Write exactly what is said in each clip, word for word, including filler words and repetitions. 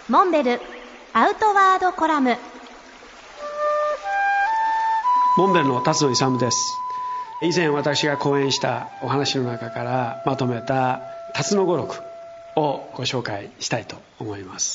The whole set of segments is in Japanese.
モンベルアウトワードコラム。 モンベルの辰野勇です。以前私が講演したお話の中からまとめた辰野語録をご紹介したいと思います。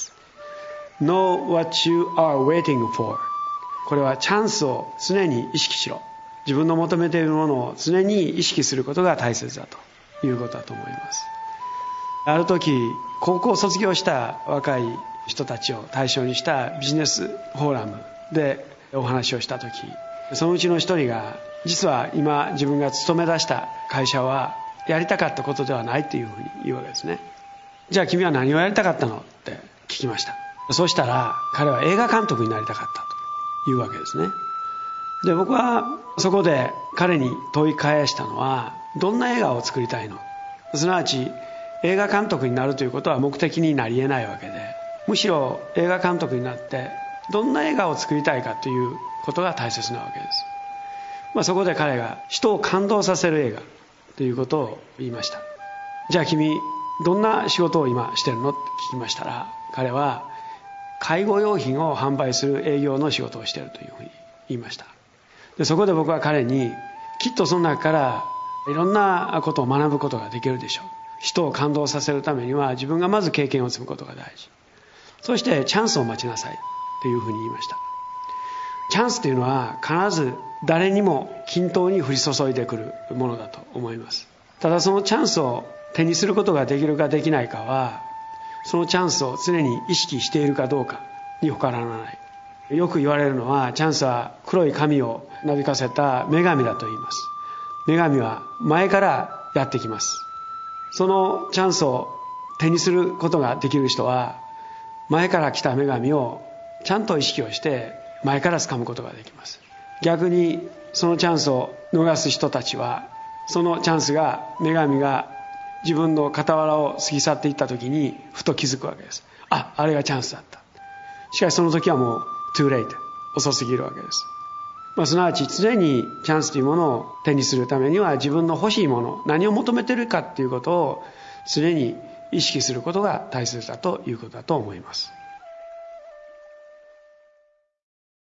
Know what you are waiting for。 これはチャンスを常に意識しろ、自分の求めているものを常に意識することが大切だということだと思います。ある時高校を卒業した若い人たちを対象にしたビジネスフォーラムでお話をした時、そのうちの一人が実は今自分が勤め出した会社はやりたかったことではないというふうに言うわけですね。じゃあ君は何をやりたかったのって聞きました。そうしたら彼は映画監督になりたかったというわけですね。で、僕はそこで彼に問い返したのは、どんな映画を作りたいの？すなわち映画監督になるということは目的になり得ないわけで、むしろ映画監督になってどんな映画を作りたいかということが大切なわけです。まあ、そこで彼が人を感動させる映画ということを言いました。じゃあ君どんな仕事を今してるのって聞きましたら、彼は介護用品を販売する営業の仕事をしているというふうに言いました。で、そこで僕は彼に、きっとその中からいろんなことを学ぶことができるでしょう。人を感動させるためには自分がまず経験を積むことが大事。そしてチャンスを待ちなさいというふうに言いました。チャンスというのは必ず誰にも均等に降り注いでくるものだと思います。ただそのチャンスを手にすることができるかできないかは、そのチャンスを常に意識しているかどうかに他ならない。よく言われるのは、チャンスは黒い髪をなびかせた女神だと言います。女神は前からやってきます。そのチャンスを手にすることができる人は、前から来た女神をちゃんと意識をして前から掴むことができます。逆にそのチャンスを逃す人たちは、そのチャンスが女神が自分の傍らを過ぎ去っていった時にふと気づくわけです。あ、あれがチャンスだった。しかしその時はもう too late、 遅すぎるわけです。まあ、すなわち常にチャンスというものを手にするためには、自分の欲しいもの、何を求めているかということを常に意識することが大切だということだと思います。